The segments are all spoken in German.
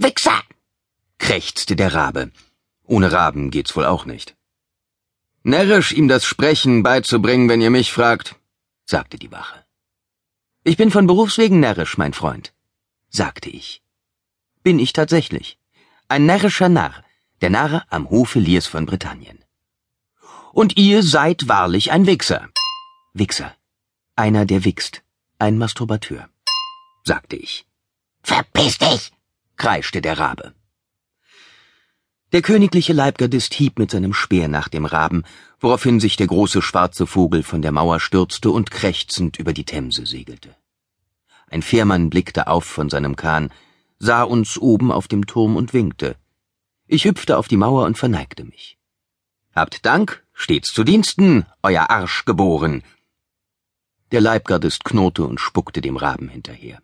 Wichser!« krächzte der Rabe. Ohne Raben geht's wohl auch nicht. »Närrisch, ihm das Sprechen beizubringen, wenn ihr mich fragt«, sagte die Wache. »Ich bin von Berufswegen närrisch, mein Freund«, sagte ich. »Bin ich tatsächlich. Ein närrischer Narr, der Narr am Hofe Lears von Britannien. Und ihr seid wahrlich ein Wichser.« »Wichser. Einer, der wichst. Ein Masturbateur«, sagte ich. »Verpiss dich«, kreischte der Rabe. Der königliche Leibgardist hieb mit seinem Speer nach dem Raben, woraufhin sich der große schwarze Vogel von der Mauer stürzte und krächzend über die Themse segelte. Ein Fährmann blickte auf von seinem Kahn, sah uns oben auf dem Turm und winkte. Ich hüpfte auf die Mauer und verneigte mich. »Habt Dank, stets zu Diensten, euer Arsch geboren!« Der Leibgardist knurrte und spuckte dem Raben hinterher.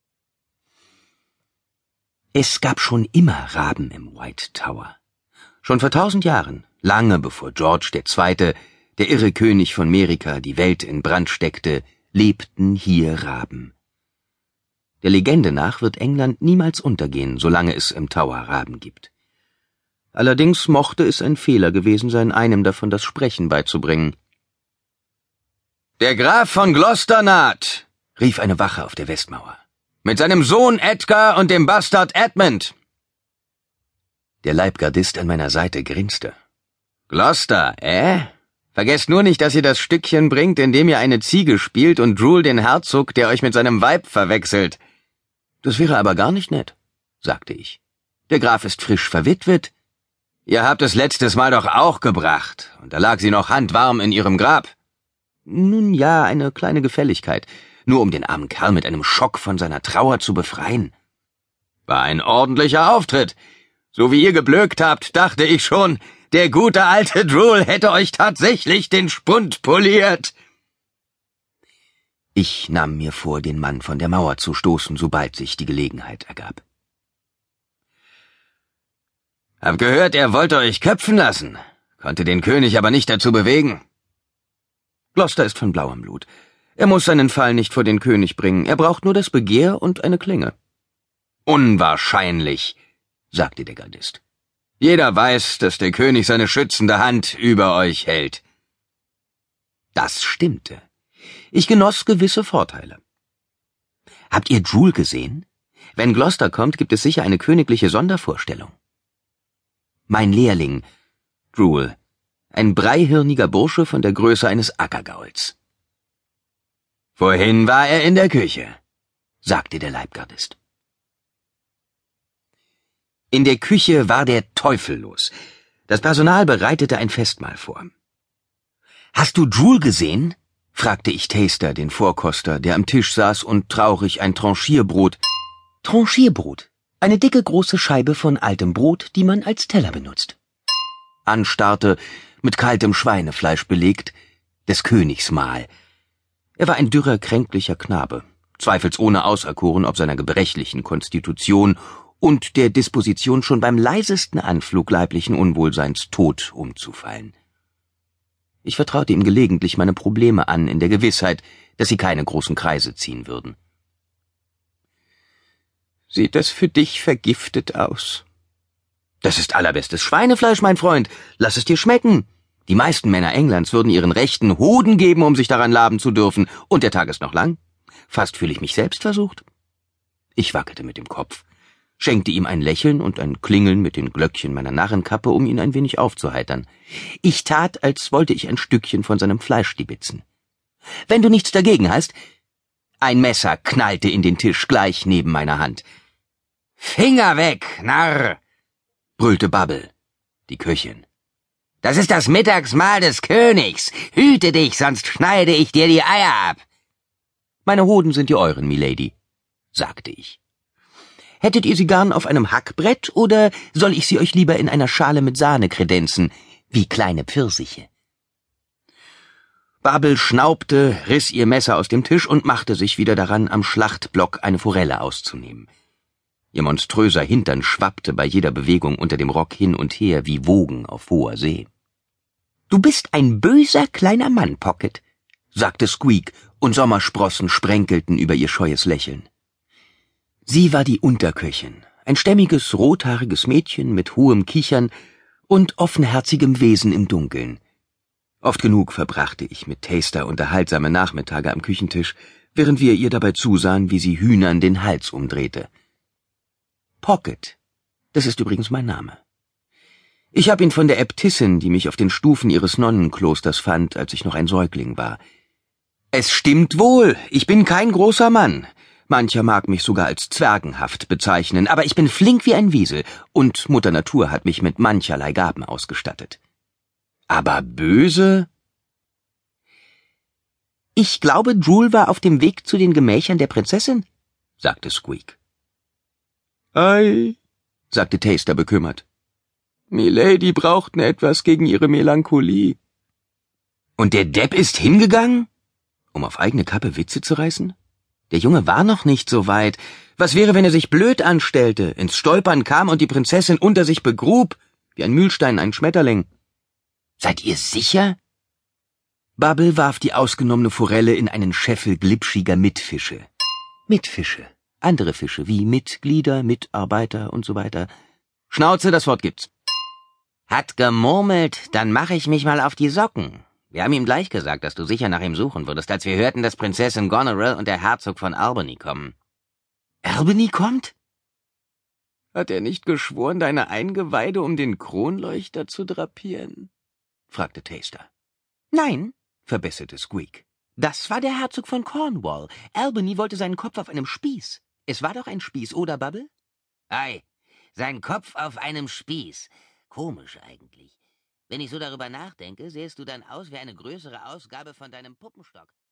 Es gab schon immer Raben im White Tower. Schon vor 1000 Jahren, lange bevor George II., der irre König von Amerika, die Welt in Brand steckte, lebten hier Raben. Der Legende nach wird England niemals untergehen, solange es im Tower Raben gibt. Allerdings mochte es ein Fehler gewesen sein, einem davon das Sprechen beizubringen. »Der Graf von Gloucester naht«, rief eine Wache auf der Westmauer. »Mit seinem Sohn Edgar und dem Bastard Edmund.« Der Leibgardist an meiner Seite grinste. »Gloucester, Vergesst nur nicht, dass ihr das Stückchen bringt, in dem ihr eine Ziege spielt und Drool den Herzog, der euch mit seinem Weib verwechselt.« »Das wäre aber gar nicht nett«, sagte ich. »Der Graf ist frisch verwitwet. Ihr habt es letztes Mal doch auch gebracht, und da lag sie noch handwarm in ihrem Grab.« »Nun ja, eine kleine Gefälligkeit, nur um den armen Kerl mit einem Schock von seiner Trauer zu befreien.« »War ein ordentlicher Auftritt. So wie ihr geblökt habt, dachte ich schon, der gute alte Drool hätte euch tatsächlich den Spund poliert.« Ich nahm mir vor, den Mann von der Mauer zu stoßen, sobald sich die Gelegenheit ergab. »Hab gehört, er wollte euch köpfen lassen, konnte den König aber nicht dazu bewegen.« »Gloucester ist von blauem Blut. Er muss seinen Fall nicht vor den König bringen, er braucht nur das Begehr und eine Klinge.« »Unwahrscheinlich«, sagte der Gardist. »Jeder weiß, dass der König seine schützende Hand über euch hält.« Das stimmte. Ich genoss gewisse Vorteile. »Habt ihr Drool gesehen? Wenn Gloucester kommt, gibt es sicher eine königliche Sondervorstellung.« Mein Lehrling, Drool, ein breihirniger Bursche von der Größe eines Ackergauls. »Vorhin war er in der Küche«, sagte der Leibgardist. In der Küche war der Teufel los. Das Personal bereitete ein Festmahl vor. »Hast du Drool gesehen?« fragte ich Taster, den Vorkoster, der am Tisch saß und traurig ein Tranchierbrot. »Tranchierbrot, eine dicke große Scheibe von altem Brot, die man als Teller benutzt«, anstarrte, mit kaltem Schweinefleisch belegt, des Königs Mahl. Er war ein dürrer, kränklicher Knabe, zweifelsohne auserkoren ob seiner gebrechlichen Konstitution und der Disposition, schon beim leisesten Anflug leiblichen Unwohlseins tot umzufallen. Ich vertraute ihm gelegentlich meine Probleme an, in der Gewissheit, dass sie keine großen Kreise ziehen würden. »Sieht das für dich vergiftet aus?« »Das ist allerbestes Schweinefleisch, mein Freund. Lass es dir schmecken. Die meisten Männer Englands würden ihren Rechten Hoden geben, um sich daran laben zu dürfen. Und der Tag ist noch lang. Fast fühle ich mich selbst versucht.« Ich wackelte mit dem Kopf, schenkte ihm ein Lächeln und ein Klingeln mit den Glöckchen meiner Narrenkappe, um ihn ein wenig aufzuheitern. Ich tat, als wollte ich ein Stückchen von seinem Fleisch stibitzen. »Wenn du nichts dagegen hast...« Ein Messer knallte in den Tisch gleich neben meiner Hand. »Finger weg, Narr«, brüllte Bubble, die Köchin. »Das ist das Mittagsmahl des Königs. Hüte dich, sonst schneide ich dir die Eier ab.« »Meine Hoden sind die euren, Milady«, sagte ich. »Hättet ihr sie gern auf einem Hackbrett, oder soll ich sie euch lieber in einer Schale mit Sahne kredenzen, wie kleine Pfirsiche?« Bubble schnaubte, riss ihr Messer aus dem Tisch und machte sich wieder daran, am Schlachtblock eine Forelle auszunehmen. Ihr monströser Hintern schwappte bei jeder Bewegung unter dem Rock hin und her wie Wogen auf hoher See. »Du bist ein böser kleiner Mann, Pocket«, sagte Squeak, und Sommersprossen sprenkelten über ihr scheues Lächeln. Sie war die Unterköchin, Ein stämmiges, rothaariges Mädchen mit hohem Kichern und offenherzigem Wesen im Dunkeln. Oft genug verbrachte ich mit Taster unterhaltsame Nachmittage am Küchentisch, während wir ihr dabei zusahen, wie sie Hühnern den Hals umdrehte. Pocket, das ist übrigens mein Name. Ich habe ihn von der Äbtissin, die mich auf den Stufen ihres Nonnenklosters fand, als ich noch ein Säugling war. Es stimmt wohl, ich bin kein großer Mann. Mancher mag mich sogar als zwergenhaft bezeichnen, aber ich bin flink wie ein Wiesel, und Mutter Natur hat mich mit mancherlei Gaben ausgestattet. Aber böse? Ich glaube, Drool war auf dem Weg zu den Gemächern der Prinzessin, sagte Squeak. Ei, sagte Taster bekümmert. Milady brauchten etwas gegen ihre Melancholie. Und der Depp ist hingegangen? Um auf eigene Kappe Witze zu reißen? Der Junge war noch nicht so weit. Was wäre, wenn er sich blöd anstellte, ins Stolpern kam und die Prinzessin unter sich begrub, wie ein Mühlstein einen Schmetterling? Seid ihr sicher? Bubble warf die ausgenommene Forelle in einen Scheffel glitschiger Mitfische. Mitfische. Andere Fische, wie Mitglieder, Mitarbeiter und so weiter. Schnauze, das Wort gibt's. Hat gemurmelt, dann mache ich mich mal auf die Socken. Wir haben ihm gleich gesagt, dass du sicher nach ihm suchen würdest, als wir hörten, dass Prinzessin Goneril und der Herzog von Albany kommen. Albany kommt? Hat er nicht geschworen, deine Eingeweide um den Kronleuchter zu drapieren? Fragte Taster. Nein, verbesserte Squeak. Das war der Herzog von Cornwall. Albany wollte seinen Kopf auf einem Spieß. Es war doch ein Spieß, oder, Bubble? Ei, sein Kopf auf einem Spieß. Komisch eigentlich. Wenn ich so darüber nachdenke, sähst du dann aus wie eine größere Ausgabe von deinem Puppenstock.